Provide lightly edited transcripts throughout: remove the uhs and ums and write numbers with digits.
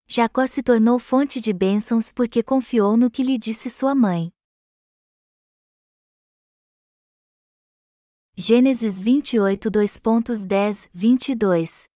Jacó se tornou fonte de bênçãos porque confiou no que lhe disse sua mãe. Gênesis 28, 2.10, 22.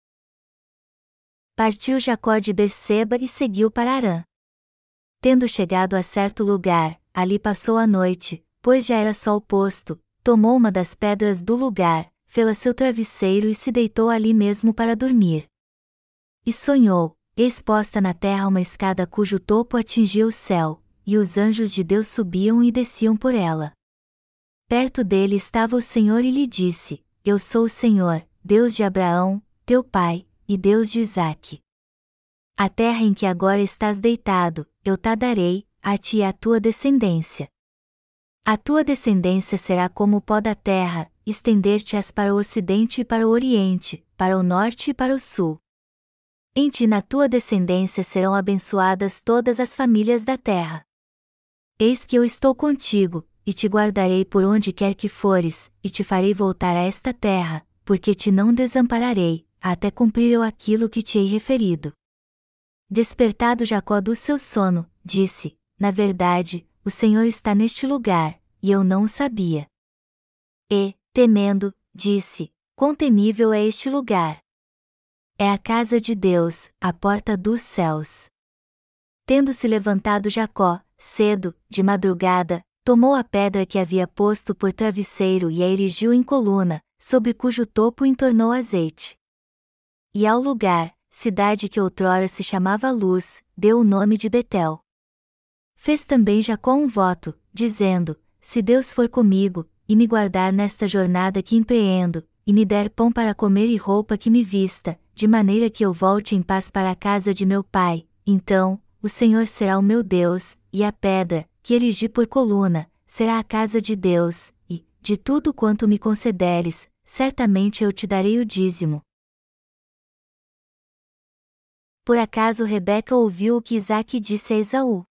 Partiu Jacó de Berseba e seguiu para Harã. Tendo chegado a certo lugar, ali passou a noite, pois já era sol posto, tomou uma das pedras do lugar, fê-la seu travesseiro e se deitou ali mesmo para dormir. E sonhou, eis posta na terra uma escada cujo topo atingia o céu, e os anjos de Deus subiam e desciam por ela. Perto dele estava o Senhor e lhe disse: Eu sou o Senhor, Deus de Abraão, teu pai, e Deus de Isaque. A terra em que agora estás deitado, eu te darei, a ti e à tua descendência. A tua descendência será como o pó da terra, estender-te-ás para o ocidente e para o oriente, para o norte e para o sul. Em ti e na tua descendência serão abençoadas todas as famílias da terra. Eis que eu estou contigo, e te guardarei por onde quer que fores, e te farei voltar a esta terra, porque te não desampararei, até cumprir eu aquilo que te hei referido. Despertado Jacó do seu sono, disse: Na verdade, o Senhor está neste lugar, e eu não o sabia. E, temendo, disse: Quão temível é este lugar! É a casa de Deus, a porta dos céus. Tendo-se levantado Jacó, cedo, de madrugada, tomou a pedra que havia posto por travesseiro e a erigiu em coluna, sobre cujo topo entornou azeite. E ao lugar, cidade que outrora se chamava Luz, deu o nome de Betel. Fez também Jacó um voto, dizendo: Se Deus for comigo, e me guardar nesta jornada que empreendo, e me der pão para comer e roupa que me vista, de maneira que eu volte em paz para a casa de meu pai, então, o Senhor será o meu Deus, e a pedra, que erigi por coluna, será a casa de Deus, e, de tudo quanto me concederes, certamente eu te darei o dízimo. Por acaso Rebeca ouviu o que Isaque disse a Esaú?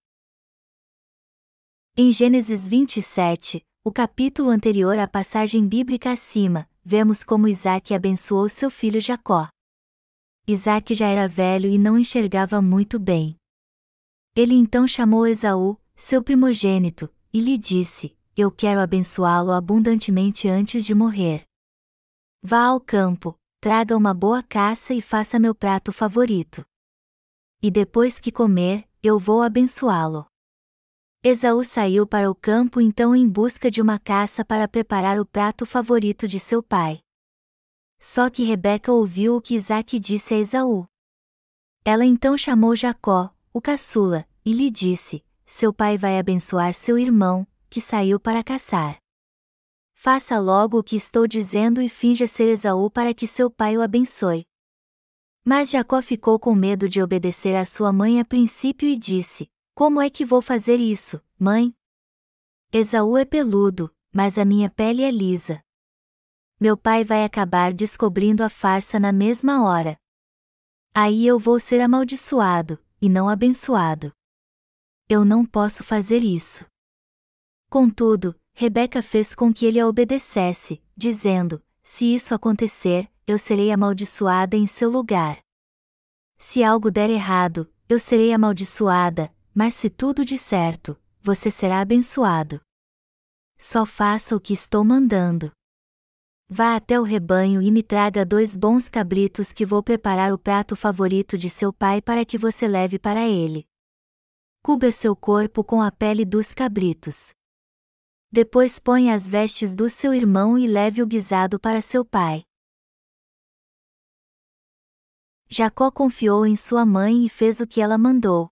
Em Gênesis 27, o capítulo anterior à passagem bíblica acima, vemos como Isaque abençoou seu filho Jacó. Isaque já era velho e não enxergava muito bem. Ele então chamou Esaú, seu primogênito, e lhe disse: Eu quero abençoá-lo abundantemente antes de morrer. Vá ao campo, traga uma boa caça e faça meu prato favorito. E depois que comer, eu vou abençoá-lo. Esaú saiu para o campo então em busca de uma caça para preparar o prato favorito de seu pai. Só que Rebeca ouviu o que Isaque disse a Esaú. Ela então chamou Jacó, o caçula, e lhe disse: Seu pai vai abençoar seu irmão, que saiu para caçar. Faça logo o que estou dizendo e finja ser Esaú para que seu pai o abençoe. Mas Jacó ficou com medo de obedecer à sua mãe a princípio e disse: Como é que vou fazer isso, mãe? Esaú é peludo, mas a minha pele é lisa. Meu pai vai acabar descobrindo a farsa na mesma hora. Aí eu vou ser amaldiçoado, e não abençoado. Eu não posso fazer isso. Contudo, Rebeca fez com que ele a obedecesse, dizendo: Se isso acontecer, eu serei amaldiçoada em seu lugar. Se algo der errado, eu serei amaldiçoada, mas se tudo de certo, você será abençoado. Só faça o que estou mandando. Vá até o rebanho e me traga 2 bons cabritos que vou preparar o prato favorito de seu pai para que você leve para ele. Cubra seu corpo com a pele dos cabritos. Depois ponha as vestes do seu irmão e leve o guisado para seu pai. Jacó confiou em sua mãe e fez o que ela mandou.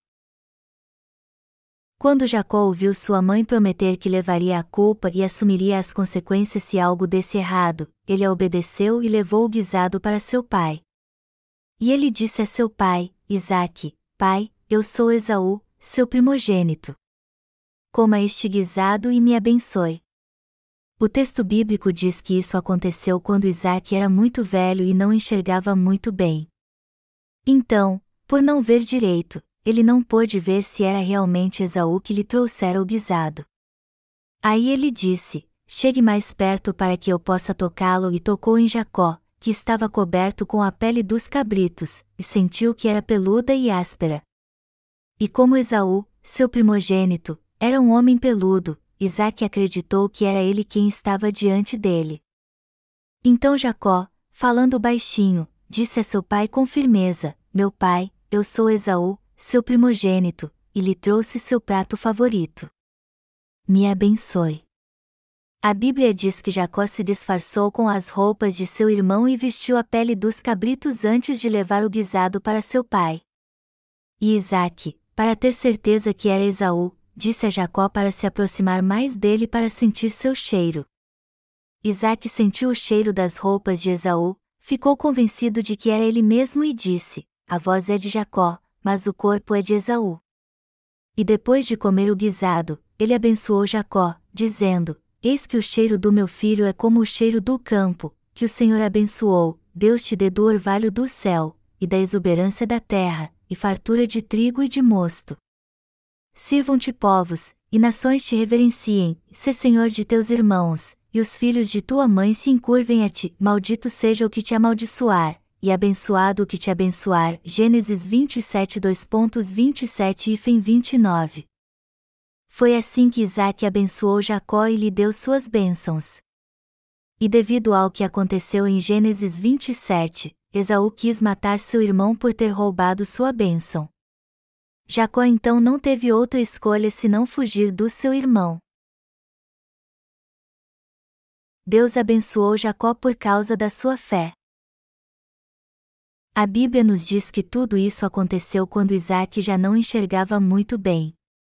Quando Jacó ouviu sua mãe prometer que levaria a culpa e assumiria as consequências se algo desse errado, ele a obedeceu e levou o guisado para seu pai. E ele disse a seu pai, Isaque: Pai, eu sou Esaú, seu primogênito. Coma este guisado e me abençoe. O texto bíblico diz que isso aconteceu quando Isaque era muito velho e não enxergava muito bem. Então, por não ver direito, ele não pôde ver se era realmente Esaú que lhe trouxera o guisado. Aí ele disse: Chegue mais perto para que eu possa tocá-lo, e tocou em Jacó, que estava coberto com a pele dos cabritos, e sentiu que era peluda e áspera. E como Esaú, seu primogênito, era um homem peludo, Isaque acreditou que era ele quem estava diante dele. Então Jacó, falando baixinho, disse a seu pai com firmeza: Meu pai, eu sou Esaú, seu primogênito, e lhe trouxe seu prato favorito. Me abençoe. A Bíblia diz que Jacó se disfarçou com as roupas de seu irmão e vestiu a pele dos cabritos antes de levar o guisado para seu pai. E Isaque, para ter certeza que era Esaú, disse a Jacó para se aproximar mais dele para sentir seu cheiro. Isaque sentiu o cheiro das roupas de Esaú, ficou convencido de que era ele mesmo e disse: A voz é de Jacó, mas o corpo é de Esaú. E depois de comer o guisado, ele abençoou Jacó, dizendo: Eis que o cheiro do meu filho é como o cheiro do campo, que o Senhor abençoou, Deus te dê do orvalho do céu, e da exuberância da terra, e fartura de trigo e de mosto. Sirvam-te povos, e nações te reverenciem, sê Senhor de teus irmãos, e os filhos de tua mãe se encurvem a ti, maldito seja o que te amaldiçoar, e abençoado o que te abençoar. Gênesis 27 2.27 e 29. Foi assim que Isaque abençoou Jacó e lhe deu suas bênçãos. E devido ao que aconteceu em Gênesis 27, Esaú quis matar seu irmão por ter roubado sua bênção. Jacó então não teve outra escolha senão fugir do seu irmão. Deus abençoou Jacó por causa da sua fé. A Bíblia nos diz que tudo isso aconteceu quando Isaque já não enxergava muito bem.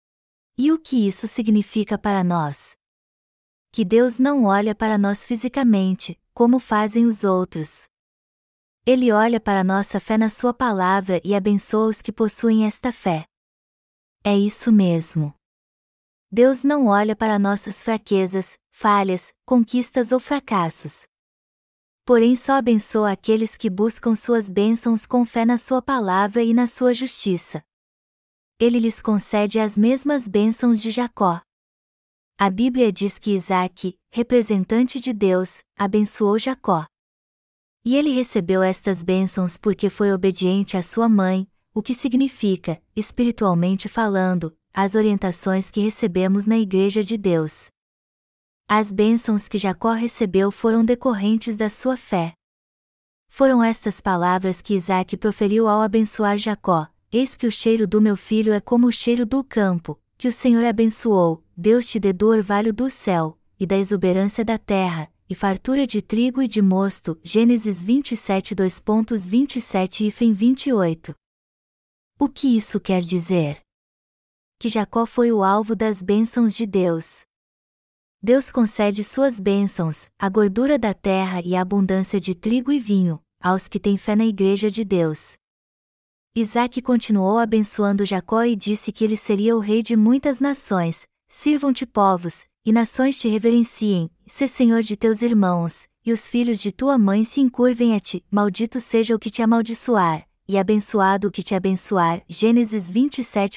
E o que isso significa para nós? Que Deus não olha para nós fisicamente, como fazem os outros. Ele olha para nossa fé na sua palavra e abençoa os que possuem esta fé. É isso mesmo. Deus não olha para nossas fraquezas, falhas, conquistas ou fracassos. Porém só abençoa aqueles que buscam suas bênçãos com fé na sua palavra e na sua justiça. Ele lhes concede as mesmas bênçãos de Jacó. A Bíblia diz que Isaque, representante de Deus, abençoou Jacó. E ele recebeu estas bênçãos porque foi obediente à sua mãe, o que significa, espiritualmente falando, as orientações que recebemos na Igreja de Deus. As bênçãos que Jacó recebeu foram decorrentes da sua fé. Foram estas palavras que Isaque proferiu ao abençoar Jacó: Eis que o cheiro do meu filho é como o cheiro do campo, que o Senhor abençoou, Deus te dê do orvalho do céu, e da exuberância da terra, e fartura de trigo e de mosto. Gênesis 27 2.27 e 28. O que isso quer dizer? Que Jacó foi o alvo das bênçãos de Deus. Deus concede suas bênçãos, a gordura da terra e a abundância de trigo e vinho, aos que têm fé na Igreja de Deus. Isaque continuou abençoando Jacó e disse que ele seria o rei de muitas nações: Sirvam-te povos, e nações te reverenciem, sê Senhor de teus irmãos, e os filhos de tua mãe se encurvem a ti, maldito seja o que te amaldiçoar, e abençoado o que te abençoar. Gênesis 27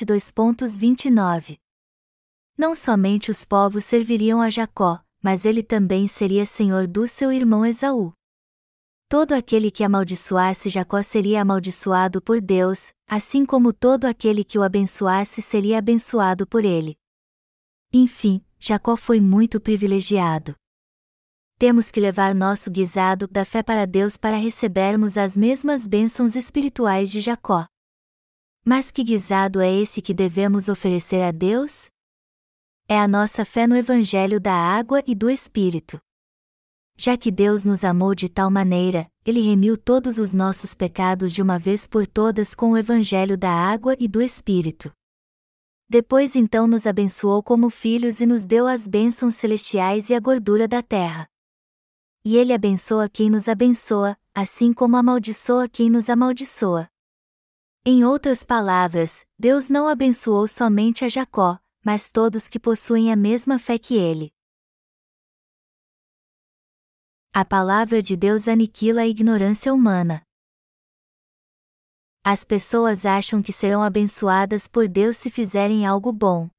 2.29. Não somente os povos serviriam a Jacó, mas ele também seria senhor do seu irmão Esaú. Todo aquele que amaldiçoasse Jacó seria amaldiçoado por Deus, assim como todo aquele que o abençoasse seria abençoado por ele. Enfim, Jacó foi muito privilegiado. Temos que levar nosso guisado da fé para Deus para recebermos as mesmas bênçãos espirituais de Jacó. Mas que guisado é esse que devemos oferecer a Deus? É a nossa fé no Evangelho da Água e do Espírito. Já que Deus nos amou de tal maneira, Ele remiu todos os nossos pecados de uma vez por todas com o Evangelho da Água e do Espírito. Depois então nos abençoou como filhos e nos deu as bênçãos celestiais e a gordura da terra. E Ele abençoa quem nos abençoa, assim como amaldiçoa quem nos amaldiçoa. Em outras palavras, Deus não abençoou somente a Jacó, mas todos que possuem a mesma fé que ele. A palavra de Deus aniquila a ignorância humana. As pessoas acham que serão abençoadas por Deus se fizerem algo bom.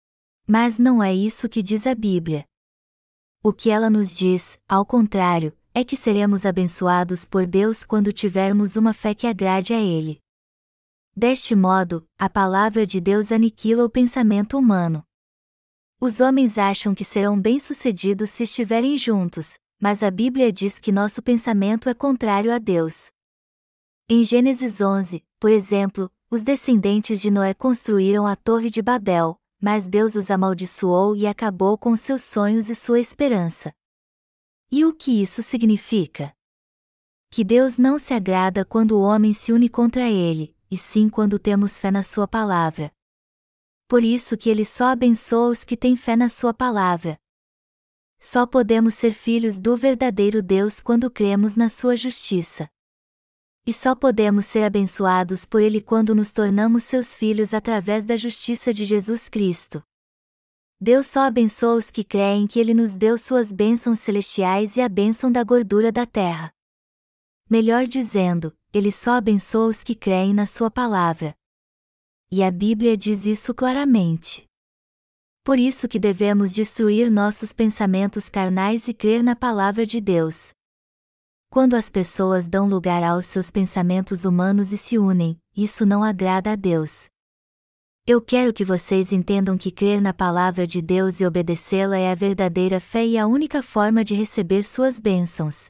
Mas não é isso que diz a Bíblia. O que ela nos diz, ao contrário, é que seremos abençoados por Deus quando tivermos uma fé que agrade a Ele. Deste modo, a palavra de Deus aniquila o pensamento humano. Os homens acham que serão bem-sucedidos se estiverem juntos, mas a Bíblia diz que nosso pensamento é contrário a Deus. Em Gênesis 11, por exemplo, os descendentes de Noé construíram a Torre de Babel, mas Deus os amaldiçoou e acabou com seus sonhos e sua esperança. E o que isso significa? Que Deus não se agrada quando o homem se une contra Ele, e sim quando temos fé na Sua palavra. Por isso que Ele só abençoa os que têm fé na Sua palavra. Só podemos ser filhos do verdadeiro Deus quando cremos na Sua justiça. E só podemos ser abençoados por Ele quando nos tornamos seus filhos através da justiça de Jesus Cristo. Deus só abençoa os que creem que Ele nos deu suas bênçãos celestiais e a bênção da gordura da terra. Melhor dizendo, Ele só abençoa os que creem na Sua palavra. E a Bíblia diz isso claramente. Por isso que devemos destruir nossos pensamentos carnais e crer na palavra de Deus. Quando as pessoas dão lugar aos seus pensamentos humanos e se unem, isso não agrada a Deus. Eu quero que vocês entendam que crer na palavra de Deus e obedecê-la é a verdadeira fé e a única forma de receber suas bênçãos.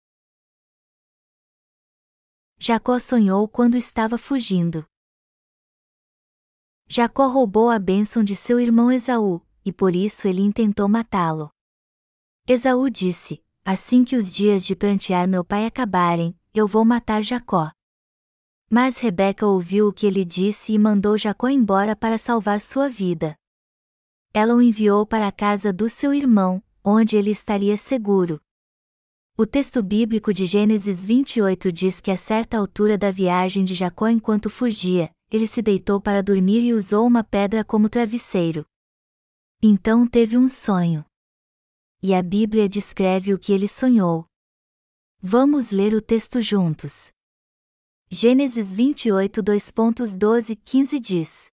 Jacó sonhou quando estava fugindo. Jacó roubou a bênção de seu irmão Esaú, e por isso ele intentou matá-lo. Esaú disse: assim que os dias de prantear meu pai acabarem, eu vou matar Jacó. Mas Rebeca ouviu o que ele disse e mandou Jacó embora para salvar sua vida. Ela o enviou para a casa do seu irmão, onde ele estaria seguro. O texto bíblico de Gênesis 28 diz que a certa altura da viagem de Jacó enquanto fugia, ele se deitou para dormir e usou uma pedra como travesseiro. Então teve um sonho. E a Bíblia descreve o que ele sonhou. Vamos ler o texto juntos. Gênesis 28 2.12-15 diz: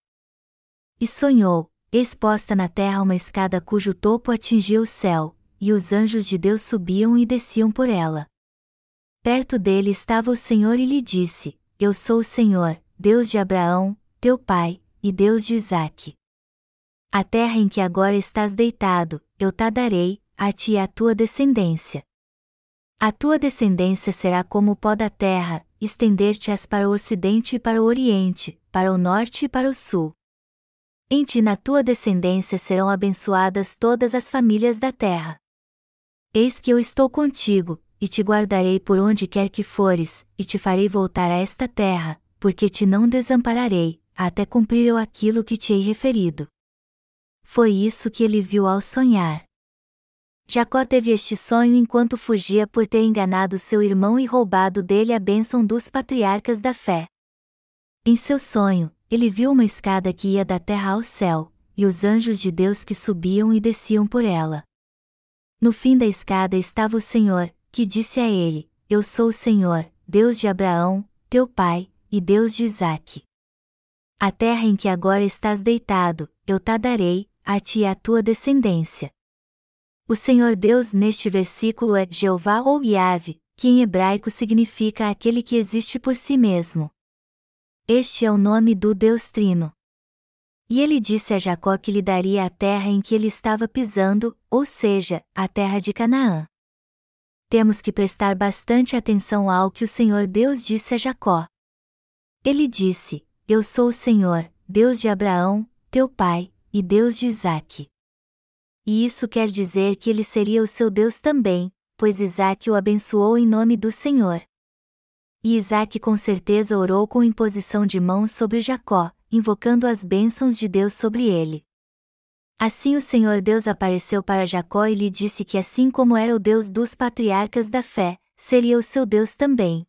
E sonhou, exposta na terra uma escada cujo topo atingia o céu, e os anjos de Deus subiam e desciam por ela. Perto dele estava o Senhor e lhe disse: Eu sou o Senhor, Deus de Abraão, teu pai, e Deus de Isaque. A terra em que agora estás deitado, eu te darei, a ti e à tua descendência. A tua descendência será como o pó da terra, estender-te-ás para o ocidente e para o oriente, para o norte e para o sul. Em ti e na tua descendência serão abençoadas todas as famílias da terra. Eis que eu estou contigo, e te guardarei por onde quer que fores, e te farei voltar a esta terra, porque te não desampararei, até cumprir eu aquilo que te hei referido. Foi isso que ele viu ao sonhar. Jacó teve este sonho enquanto fugia por ter enganado seu irmão e roubado dele a bênção dos patriarcas da fé. Em seu sonho, ele viu uma escada que ia da terra ao céu, e os anjos de Deus que subiam e desciam por ela. No fim da escada estava o Senhor, que disse a ele: Eu sou o Senhor, Deus de Abraão, teu pai, e Deus de Isaque. A terra em que agora estás deitado, eu te darei, a ti e à tua descendência. O Senhor Deus neste versículo é Jeová ou Yahvé, que em hebraico significa aquele que existe por si mesmo. Este é o nome do Deus Trino. E ele disse a Jacó que lhe daria a terra em que ele estava pisando, ou seja, a terra de Canaã. Temos que prestar bastante atenção ao que o Senhor Deus disse a Jacó. Ele disse: Eu sou o Senhor, Deus de Abraão, teu pai, e Deus de Isaque. E isso quer dizer que ele seria o seu Deus também, pois Isaque o abençoou em nome do Senhor. E Isaque com certeza orou com imposição de mãos sobre Jacó, invocando as bênçãos de Deus sobre ele. Assim o Senhor Deus apareceu para Jacó e lhe disse que assim como era o Deus dos patriarcas da fé, seria o seu Deus também.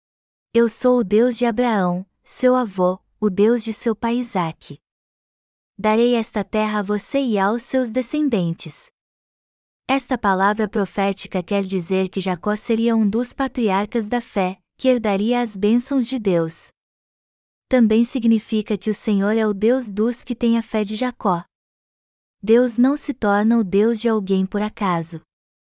Eu sou o Deus de Abraão, seu avô, o Deus de seu pai Isaque. Darei esta terra a você e aos seus descendentes. Esta palavra profética quer dizer que Jacó seria um dos patriarcas da fé, que herdaria as bênçãos de Deus. Também significa que o Senhor é o Deus dos que têm a fé de Jacó. Deus não se torna o Deus de alguém por acaso.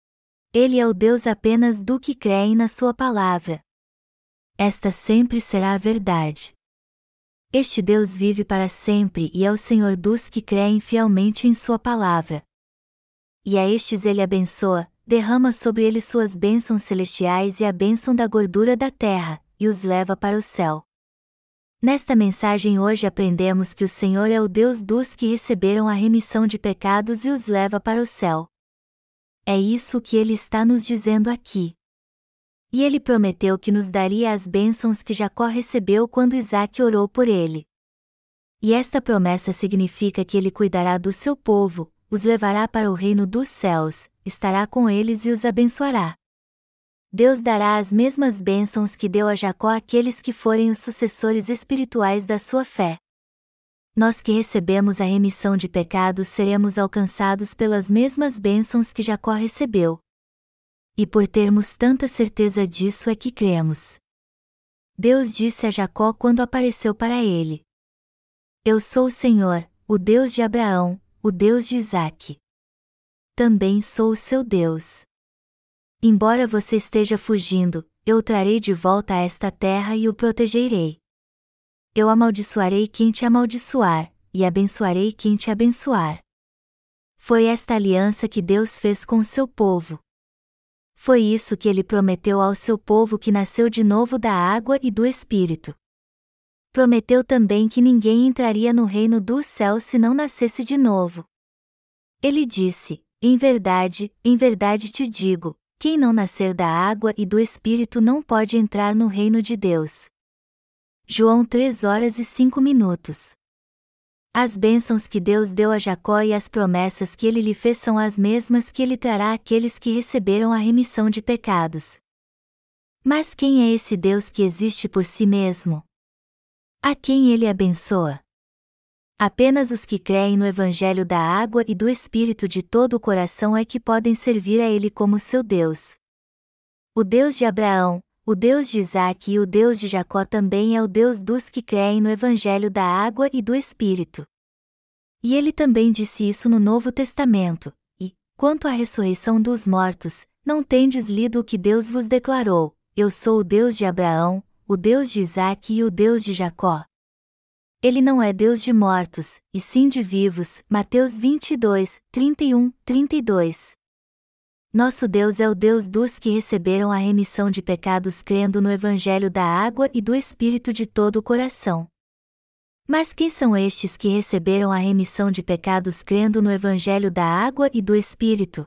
Ele é o Deus apenas do que creem na sua palavra. Esta sempre será a verdade. Este Deus vive para sempre e é o Senhor dos que creem fielmente em sua palavra. E a estes ele abençoa, derrama sobre eles suas bênçãos celestiais e a bênção da gordura da terra, e os leva para o céu. Nesta mensagem hoje aprendemos que o Senhor é o Deus dos que receberam a remissão de pecados e os leva para o céu. É isso que ele está nos dizendo aqui. E ele prometeu que nos daria as bênçãos que Jacó recebeu quando Isaque orou por ele. E esta promessa significa que ele cuidará do seu povo, os levará para o reino dos céus, estará com eles e os abençoará. Deus dará as mesmas bênçãos que deu a Jacó àqueles que forem os sucessores espirituais da sua fé. Nós que recebemos a remissão de pecados seremos alcançados pelas mesmas bênçãos que Jacó recebeu. E por termos tanta certeza disso é que cremos. Deus disse a Jacó quando apareceu para ele: Eu sou o Senhor, o Deus de Abraão, o Deus de Isaque. Também sou o seu Deus. Embora você esteja fugindo, eu o trarei de volta a esta terra e o protegerei. Eu amaldiçoarei quem te amaldiçoar, e abençoarei quem te abençoar. Foi esta aliança que Deus fez com o seu povo. Foi isso que ele prometeu ao seu povo que nasceu de novo da água e do Espírito. Prometeu também que ninguém entraria no reino dos céus se não nascesse de novo. Ele disse: em verdade te digo, quem não nascer da água e do Espírito não pode entrar no reino de Deus. João 3:05. As bênçãos que Deus deu a Jacó e as promessas que ele lhe fez são as mesmas que ele trará àqueles que receberam a remissão de pecados. Mas quem é esse Deus que existe por si mesmo? A quem ele abençoa? Apenas os que creem no Evangelho da água e do Espírito de todo o coração é que podem servir a ele como seu Deus. O Deus de Abraão, o Deus de Isaque e o Deus de Jacó também é o Deus dos que creem no Evangelho da água e do Espírito. E ele também disse isso no Novo Testamento: e, quanto à ressurreição dos mortos, não tendes lido o que Deus vos declarou: eu sou o Deus de Abraão, o Deus de Isaque e o Deus de Jacó. Ele não é Deus de mortos, e sim de vivos. Mateus 22:31-32. Nosso Deus é o Deus dos que receberam a remissão de pecados crendo no Evangelho da água e do Espírito de todo o coração. Mas quem são estes que receberam a remissão de pecados crendo no Evangelho da água e do Espírito?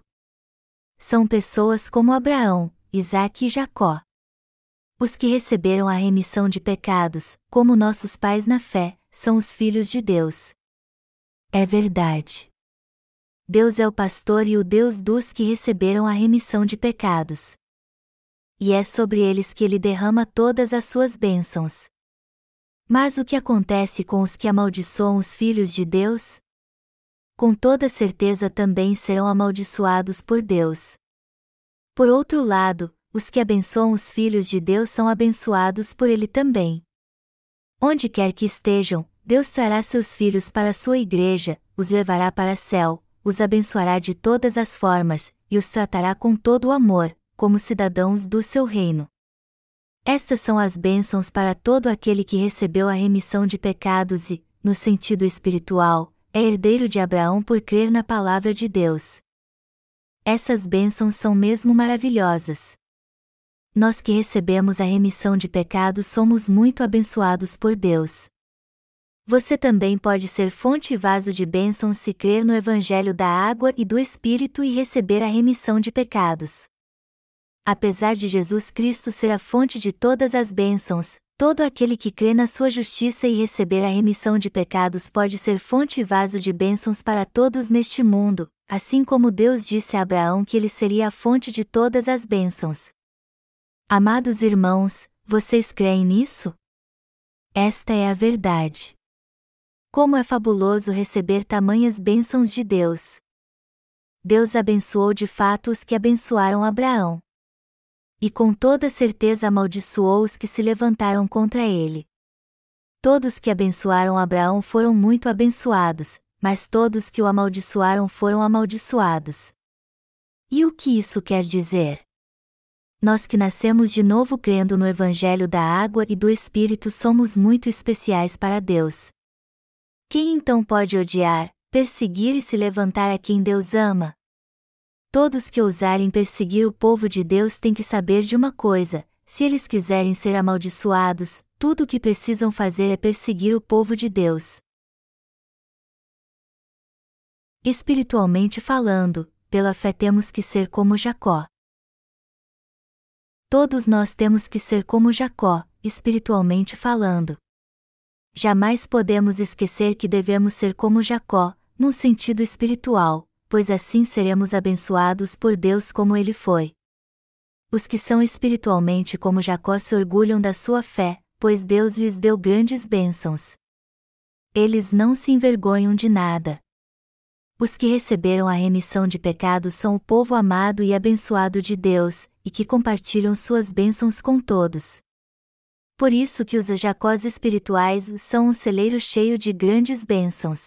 São pessoas como Abraão, Isaque e Jacó. Os que receberam a remissão de pecados, como nossos pais na fé, são os filhos de Deus. É verdade. Deus é o pastor e o Deus dos que receberam a remissão de pecados. E é sobre eles que ele derrama todas as suas bênçãos. Mas o que acontece com os que amaldiçoam os filhos de Deus? Com toda certeza também serão amaldiçoados por Deus. Por outro lado, os que abençoam os filhos de Deus são abençoados por ele também. Onde quer que estejam, Deus trará seus filhos para a sua igreja, os levará para o céu, os abençoará de todas as formas, e os tratará com todo o amor, como cidadãos do seu reino. Estas são as bênçãos para todo aquele que recebeu a remissão de pecados e, no sentido espiritual, é herdeiro de Abraão por crer na palavra de Deus. Essas bênçãos são mesmo maravilhosas. Nós que recebemos a remissão de pecados somos muito abençoados por Deus. Você também pode ser fonte e vaso de bênçãos se crer no Evangelho da água e do Espírito e receber a remissão de pecados. Apesar de Jesus Cristo ser a fonte de todas as bênçãos, todo aquele que crê na sua justiça e receber a remissão de pecados pode ser fonte e vaso de bênçãos para todos neste mundo, assim como Deus disse a Abraão que ele seria a fonte de todas as bênçãos. Amados irmãos, vocês creem nisso? Esta é a verdade. Como é fabuloso receber tamanhas bênçãos de Deus! Deus abençoou de fato os que abençoaram Abraão. E com toda certeza amaldiçoou os que se levantaram contra ele. Todos que abençoaram Abraão foram muito abençoados, mas todos que o amaldiçoaram foram amaldiçoados. E o que isso quer dizer? Nós que nascemos de novo crendo no Evangelho da Água e do Espírito somos muito especiais para Deus. Quem então pode odiar, perseguir e se levantar a quem Deus ama? Todos que ousarem perseguir o povo de Deus têm que saber de uma coisa: se eles quiserem ser amaldiçoados, tudo o que precisam fazer é perseguir o povo de Deus. Espiritualmente falando, pela fé temos que ser como Jacó. Todos nós temos que ser como Jacó, espiritualmente falando. Jamais podemos esquecer que devemos ser como Jacó, num sentido espiritual, pois assim seremos abençoados por Deus como ele foi. Os que são espiritualmente como Jacó se orgulham da sua fé, pois Deus lhes deu grandes bênçãos. Eles não se envergonham de nada. Os que receberam a remissão de pecados são o povo amado e abençoado de Deus, e que compartilham suas bênçãos com todos. Por isso que os Jacós espirituais são um celeiro cheio de grandes bênçãos.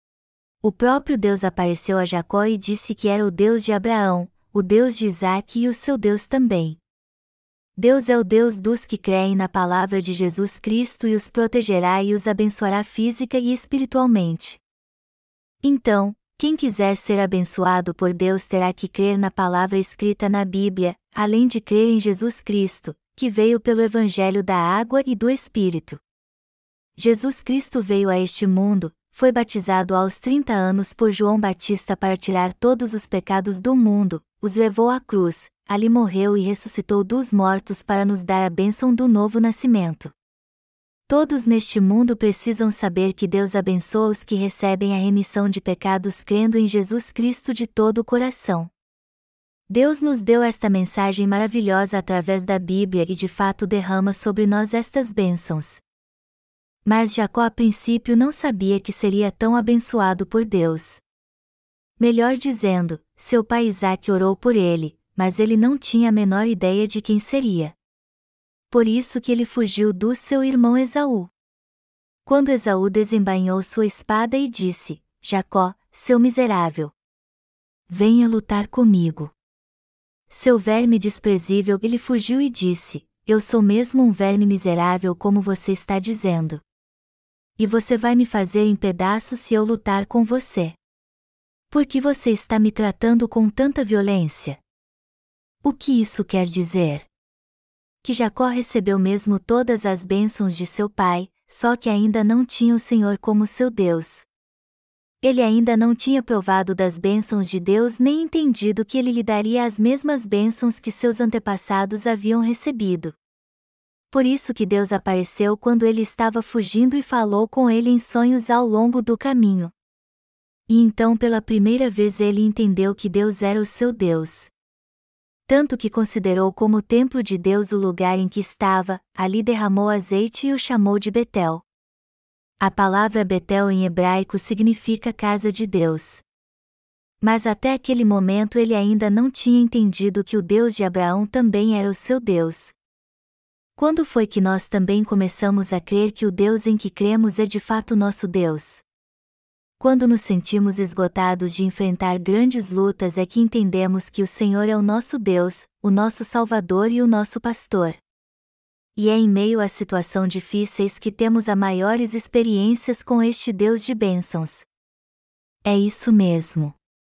O próprio Deus apareceu a Jacó e disse que era o Deus de Abraão, o Deus de Isaque e o seu Deus também. Deus é o Deus dos que creem na palavra de Jesus Cristo e os protegerá e os abençoará física e espiritualmente. Então, quem quiser ser abençoado por Deus terá que crer na palavra escrita na Bíblia, além de crer em Jesus Cristo, que veio pelo Evangelho da Água e do Espírito. Jesus Cristo veio a este mundo, foi batizado aos 30 anos por João Batista para tirar todos os pecados do mundo, os levou à cruz, ali morreu e ressuscitou dos mortos para nos dar a bênção do novo nascimento. Todos neste mundo precisam saber que Deus abençoa os que recebem a remissão de pecados crendo em Jesus Cristo de todo o coração. Deus nos deu esta mensagem maravilhosa através da Bíblia e de fato derrama sobre nós estas bênçãos. Mas Jacó a princípio não sabia que seria tão abençoado por Deus. Melhor dizendo, seu pai Isaque orou por ele, mas ele não tinha a menor ideia de quem seria. Por isso que ele fugiu do seu irmão Esaú. Quando Esaú desembainhou sua espada e disse: Jacó, seu miserável, venha lutar comigo. Seu verme desprezível, ele fugiu e disse: eu sou mesmo um verme miserável como você está dizendo. E você vai me fazer em pedaços se eu lutar com você. Por que você está me tratando com tanta violência? O que isso quer dizer? Que Jacó recebeu mesmo todas as bênçãos de seu pai, só que ainda não tinha o Senhor como seu Deus. Ele ainda não tinha provado das bênçãos de Deus nem entendido que ele lhe daria as mesmas bênçãos que seus antepassados haviam recebido. Por isso que Deus apareceu quando ele estava fugindo e falou com ele em sonhos ao longo do caminho. E então pela primeira vez ele entendeu que Deus era o seu Deus. Tanto que considerou como o templo de Deus o lugar em que estava, ali derramou azeite e o chamou de Betel. A palavra Betel em hebraico significa casa de Deus. Mas até aquele momento ele ainda não tinha entendido que o Deus de Abraão também era o seu Deus. Quando foi que nós também começamos a crer que o Deus em que cremos é de fato nosso Deus? Quando nos sentimos esgotados de enfrentar grandes lutas é que entendemos que o Senhor é o nosso Deus, o nosso Salvador e o nosso Pastor. E é em meio às situações difíceis que temos as maiores experiências com este Deus de bênçãos. É isso mesmo.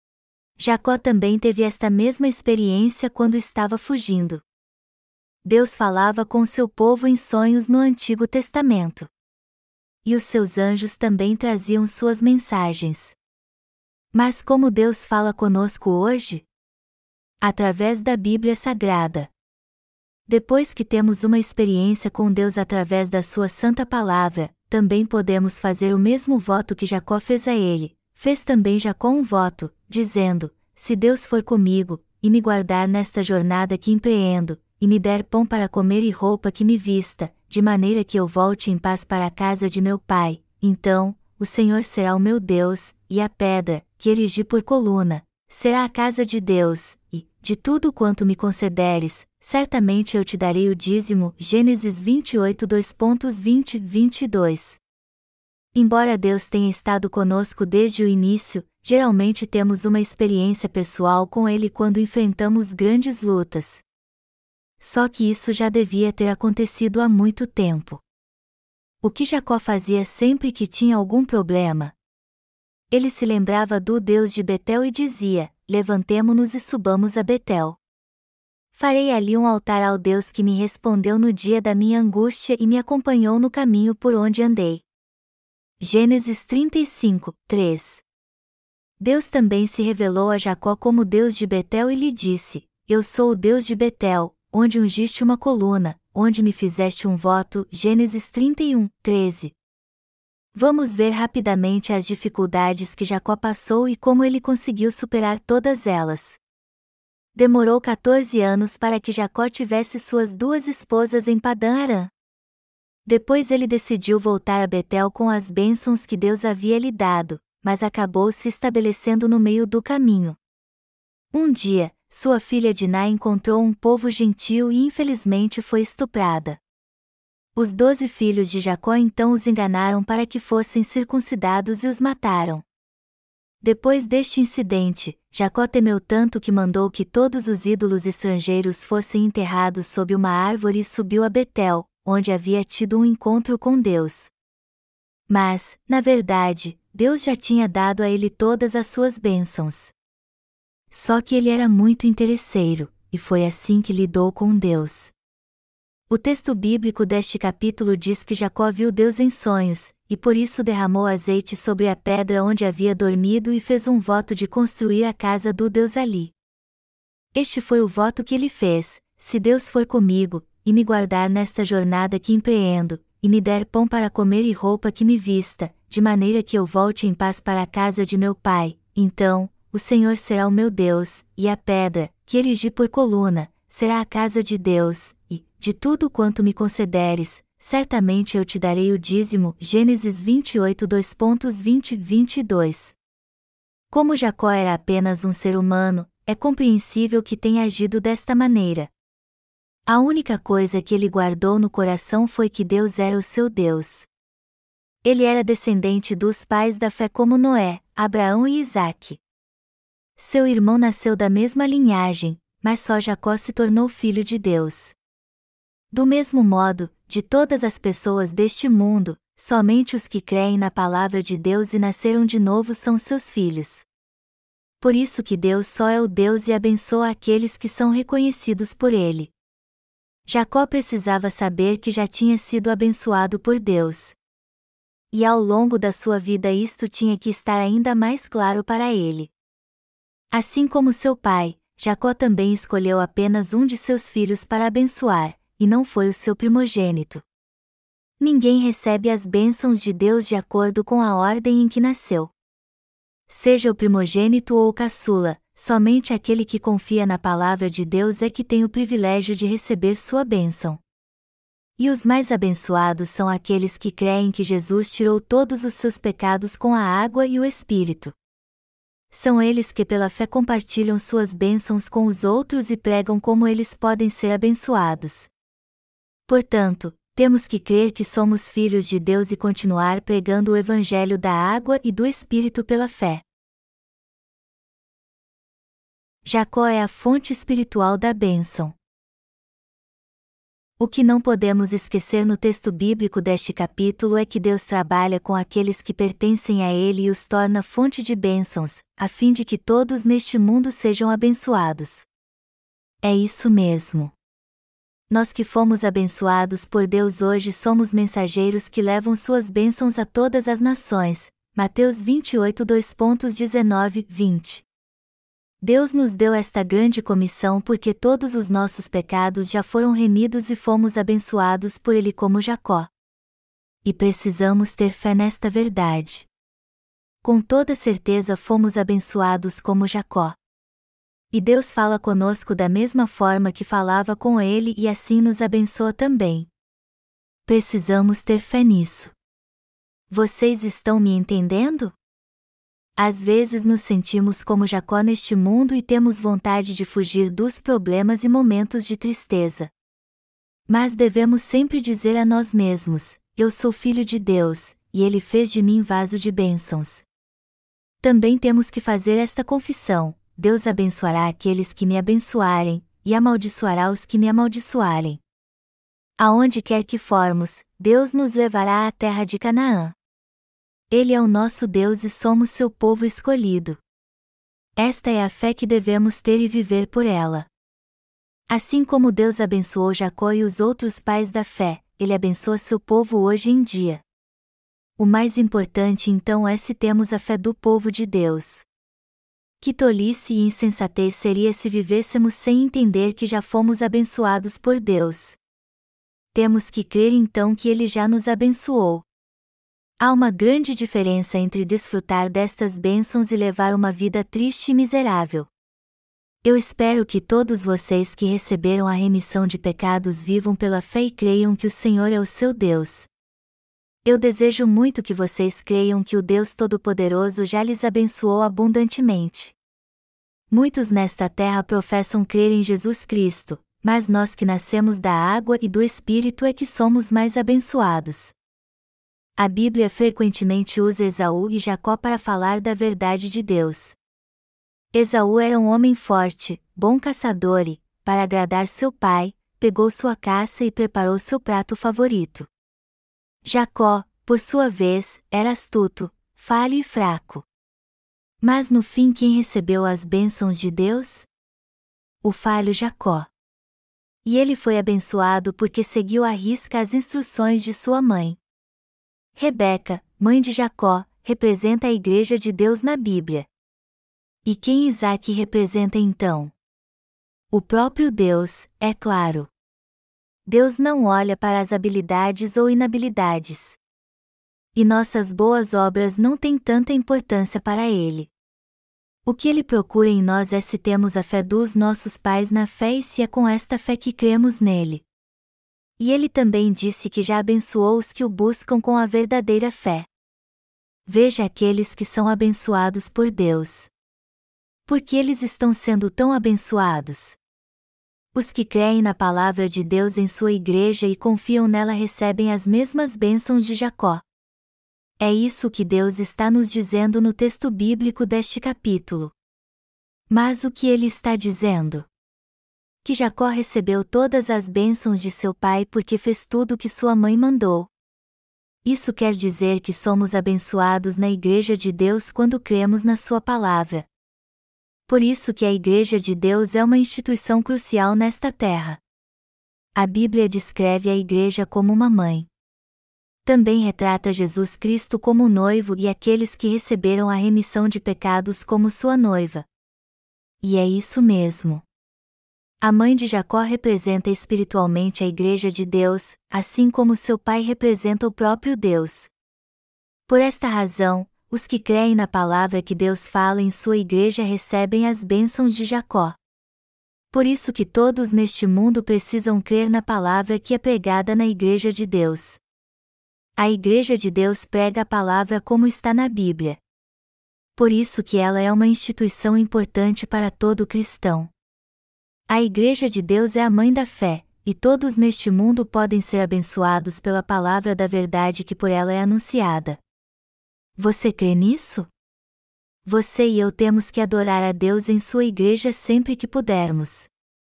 Jacó também teve esta mesma experiência quando estava fugindo. Deus falava com seu povo em sonhos no Antigo Testamento. E os seus anjos também traziam suas mensagens. Mas como Deus fala conosco hoje? Através da Bíblia Sagrada. Depois que temos uma experiência com Deus através da sua santa palavra, também podemos fazer o mesmo voto que Jacó fez a ele. Fez também Jacó um voto, dizendo: se Deus for comigo, e me guardar nesta jornada que empreendo, e me der pão para comer e roupa que me vista, de maneira que eu volte em paz para a casa de meu pai, então, o Senhor será o meu Deus, e a pedra, que erigi por coluna, será a casa de Deus, e, de tudo quanto me concederes, certamente eu te darei o dízimo. Gênesis 28, 2.20-22. Embora Deus tenha estado conosco desde o início, geralmente temos uma experiência pessoal com ele quando enfrentamos grandes lutas. Só que isso já devia ter acontecido há muito tempo. O que Jacó fazia sempre que tinha algum problema? Ele se lembrava do Deus de Betel e dizia: levantemo-nos e subamos a Betel. Farei ali um altar ao Deus que me respondeu no dia da minha angústia e me acompanhou no caminho por onde andei. Gênesis 35, 3. Deus também se revelou a Jacó como Deus de Betel e lhe disse: eu sou o Deus de Betel, onde ungiste uma coluna, onde me fizeste um voto. Gênesis 31, 13. Vamos ver rapidamente as dificuldades que Jacó passou e como ele conseguiu superar todas elas. Demorou 14 anos para que Jacó tivesse suas 2 esposas em Padã-Arã. Depois ele decidiu voltar a Betel com as bênçãos que Deus havia lhe dado, mas acabou se estabelecendo no meio do caminho. Um dia, sua filha Diná encontrou um povo gentil e infelizmente foi estuprada. Os 12 filhos de Jacó então os enganaram para que fossem circuncidados e os mataram. Depois deste incidente, Jacó temeu tanto que mandou que todos os ídolos estrangeiros fossem enterrados sob uma árvore e subiu a Betel, onde havia tido um encontro com Deus. Mas, na verdade, Deus já tinha dado a ele todas as suas bênçãos. Só que ele era muito interesseiro, e foi assim que lidou com Deus. O texto bíblico deste capítulo diz que Jacó viu Deus em sonhos, e por isso derramou azeite sobre a pedra onde havia dormido e fez um voto de construir a casa do Deus ali. Este foi o voto que ele fez: se Deus for comigo, e me guardar nesta jornada que empreendo, e me der pão para comer e roupa que me vista, de maneira que eu volte em paz para a casa de meu pai, então, o Senhor será o meu Deus, e a pedra, que erigi por coluna, será a casa de Deus, e, de tudo quanto me concederes, certamente eu te darei o dízimo. Gênesis 28, 2.20-22. Como Jacó era apenas um ser humano, é compreensível que tenha agido desta maneira. A única coisa que ele guardou no coração foi que Deus era o seu Deus. Ele era descendente dos pais da fé como Noé, Abraão e Isaque. Seu irmão nasceu da mesma linhagem, mas só Jacó se tornou filho de Deus. Do mesmo modo, de todas as pessoas deste mundo, somente os que creem na palavra de Deus e nasceram de novo são seus filhos. Por isso que Deus só é o Deus e abençoa aqueles que são reconhecidos por Ele. Jacó precisava saber que já tinha sido abençoado por Deus. E ao longo da sua vida isto tinha que estar ainda mais claro para ele. Assim como seu pai, Jacó também escolheu apenas um de seus filhos para abençoar, e não foi o seu primogênito. Ninguém recebe as bênçãos de Deus de acordo com a ordem em que nasceu. Seja o primogênito ou o caçula, somente aquele que confia na palavra de Deus é que tem o privilégio de receber sua bênção. E os mais abençoados são aqueles que creem que Jesus tirou todos os seus pecados com a água e o Espírito. São eles que pela fé compartilham suas bênçãos com os outros e pregam como eles podem ser abençoados. Portanto, temos que crer que somos filhos de Deus e continuar pregando o Evangelho da água e do Espírito pela fé. Jacó é a fonte espiritual da bênção. O que não podemos esquecer no texto bíblico deste capítulo é que Deus trabalha com aqueles que pertencem a Ele e os torna fonte de bênçãos, a fim de que todos neste mundo sejam abençoados. É isso mesmo. Nós que fomos abençoados por Deus hoje somos mensageiros que levam suas bênçãos a todas as nações. Mateus 28, 2.19-20. Deus nos deu esta grande comissão porque todos os nossos pecados já foram remidos e fomos abençoados por Ele como Jacó. E precisamos ter fé nesta verdade. Com toda certeza fomos abençoados como Jacó. E Deus fala conosco da mesma forma que falava com ele e assim nos abençoa também. Precisamos ter fé nisso. Vocês estão me entendendo? Às vezes nos sentimos como Jacó neste mundo e temos vontade de fugir dos problemas e momentos de tristeza. Mas devemos sempre dizer a nós mesmos: eu sou filho de Deus, e Ele fez de mim vaso de bênçãos. Também temos que fazer esta confissão: Deus abençoará aqueles que me abençoarem, e amaldiçoará os que me amaldiçoarem. Aonde quer que formos, Deus nos levará à terra de Canaã. Ele é o nosso Deus e somos seu povo escolhido. Esta é a fé que devemos ter e viver por ela. Assim como Deus abençoou Jacó e os outros pais da fé, Ele abençoa seu povo hoje em dia. O mais importante então é se temos a fé do povo de Deus. Que tolice e insensatez seria se vivêssemos sem entender que já fomos abençoados por Deus. Temos que crer então que Ele já nos abençoou. Há uma grande diferença entre desfrutar destas bênçãos e levar uma vida triste e miserável. Eu espero que todos vocês que receberam a remissão de pecados vivam pela fé e creiam que o Senhor é o seu Deus. Eu desejo muito que vocês creiam que o Deus Todo-Poderoso já lhes abençoou abundantemente. Muitos nesta terra professam crer em Jesus Cristo, mas nós que nascemos da água e do Espírito é que somos mais abençoados. A Bíblia frequentemente usa Esaú e Jacó para falar da verdade de Deus. Esaú era um homem forte, bom caçador e, para agradar seu pai, pegou sua caça e preparou seu prato favorito. Jacó, por sua vez, era astuto, falho e fraco. Mas no fim quem recebeu as bênçãos de Deus? O falho Jacó. E ele foi abençoado porque seguiu à risca as instruções de sua mãe. Rebeca, mãe de Jacó, representa a Igreja de Deus na Bíblia. E quem Isaque representa então? O próprio Deus, é claro. Deus não olha para as habilidades ou inabilidades. E nossas boas obras não têm tanta importância para Ele. O que Ele procura em nós é se temos a fé dos nossos pais na fé e se é com esta fé que cremos nele. E Ele também disse que já abençoou os que o buscam com a verdadeira fé. Veja aqueles que são abençoados por Deus. Por que eles estão sendo tão abençoados? Os que creem na palavra de Deus em sua igreja e confiam nela recebem as mesmas bênçãos de Jacó. É isso que Deus está nos dizendo no texto bíblico deste capítulo. Mas o que ele está dizendo? Que Jacó recebeu todas as bênçãos de seu pai porque fez tudo o que sua mãe mandou. Isso quer dizer que somos abençoados na Igreja de Deus quando cremos na sua palavra. Por isso que a Igreja de Deus é uma instituição crucial nesta terra. A Bíblia descreve a Igreja como uma mãe. Também retrata Jesus Cristo como noivo e aqueles que receberam a remissão de pecados como sua noiva. E é isso mesmo. A mãe de Jacó representa espiritualmente a Igreja de Deus, assim como seu pai representa o próprio Deus. Por esta razão, os que creem na palavra que Deus fala em sua Igreja recebem as bênçãos de Jacó. Por isso que todos neste mundo precisam crer na palavra que é pregada na Igreja de Deus. A Igreja de Deus prega a palavra como está na Bíblia. Por isso que ela é uma instituição importante para todo cristão. A Igreja de Deus é a mãe da fé, e todos neste mundo podem ser abençoados pela palavra da verdade que por ela é anunciada. Você crê nisso? Você e eu temos que adorar a Deus em sua igreja sempre que pudermos.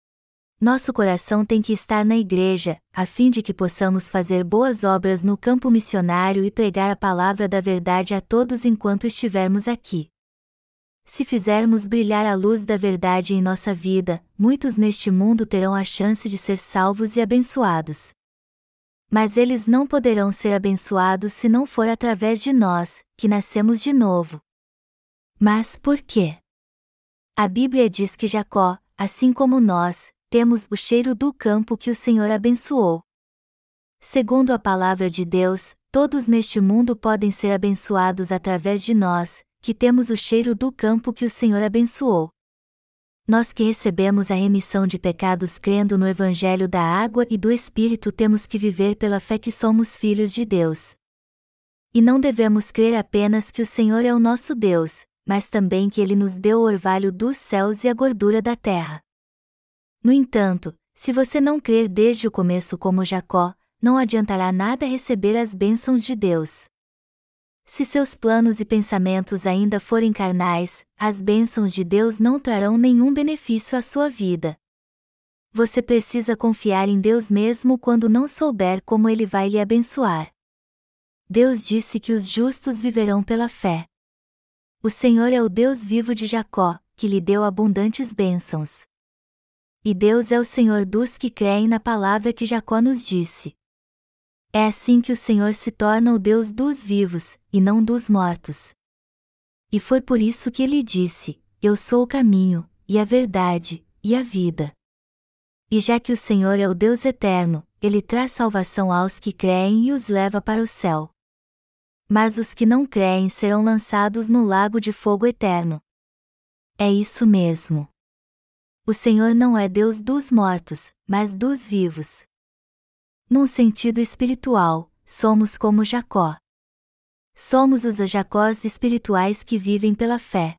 Nosso coração tem que estar na igreja, a fim de que possamos fazer boas obras no campo missionário e pregar a palavra da verdade a todos enquanto estivermos aqui. Se fizermos brilhar a luz da verdade em nossa vida, muitos neste mundo terão a chance de ser salvos e abençoados. Mas eles não poderão ser abençoados se não for através de nós, que nascemos de novo. Mas por quê? A Bíblia diz que Jacó, assim como nós, temos o cheiro do campo que o Senhor abençoou. Segundo a palavra de Deus, todos neste mundo podem ser abençoados através de nós, que temos o cheiro do campo que o Senhor abençoou. Nós que recebemos a remissão de pecados crendo no Evangelho da água e do Espírito temos que viver pela fé que somos filhos de Deus. E não devemos crer apenas que o Senhor é o nosso Deus, mas também que Ele nos deu o orvalho dos céus e a gordura da terra. No entanto, se você não crer desde o começo como Jacó, não adiantará nada receber as bênçãos de Deus. Se seus planos e pensamentos ainda forem carnais, as bênçãos de Deus não trarão nenhum benefício à sua vida. Você precisa confiar em Deus mesmo quando não souber como Ele vai lhe abençoar. Deus disse que os justos viverão pela fé. O Senhor é o Deus vivo de Jacó, que lhe deu abundantes bênçãos. E Deus é o Senhor dos que creem na palavra que Jacó nos disse. É assim que o Senhor se torna o Deus dos vivos, e não dos mortos. E foi por isso que ele disse: Eu sou o caminho, e a verdade, e a vida. E já que o Senhor é o Deus eterno, ele traz salvação aos que creem e os leva para o céu. Mas os que não creem serão lançados no lago de fogo eterno. É isso mesmo. O Senhor não é Deus dos mortos, mas dos vivos. Num sentido espiritual, somos como Jacó. Somos os Jacós espirituais que vivem pela fé.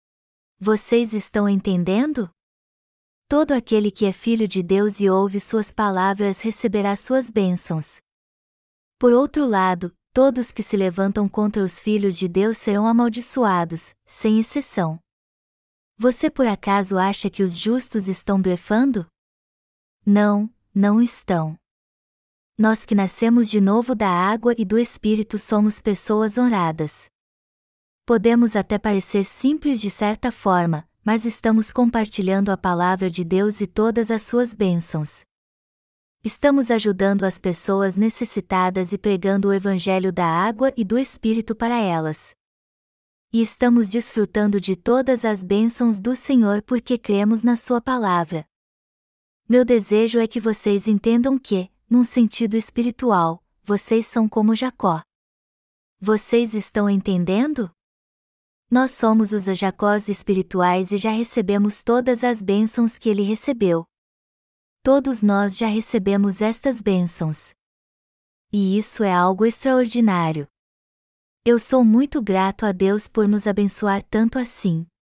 Vocês estão entendendo? Todo aquele que é filho de Deus e ouve suas palavras receberá suas bênçãos. Por outro lado, todos que se levantam contra os filhos de Deus serão amaldiçoados, sem exceção. Você por acaso acha que os justos estão blefando? Não, não estão. Nós que nascemos de novo da água e do Espírito somos pessoas honradas. Podemos até parecer simples de certa forma, mas estamos compartilhando a palavra de Deus e todas as suas bênçãos. Estamos ajudando as pessoas necessitadas e pregando o Evangelho da água e do Espírito para elas. E estamos desfrutando de todas as bênçãos do Senhor porque cremos na sua palavra. Meu desejo é que vocês entendam que, num sentido espiritual, vocês são como Jacó. Vocês estão entendendo? Nós somos os Jacós espirituais e já recebemos todas as bênçãos que ele recebeu. Todos nós já recebemos estas bênçãos. E isso é algo extraordinário. Eu sou muito grato a Deus por nos abençoar tanto assim.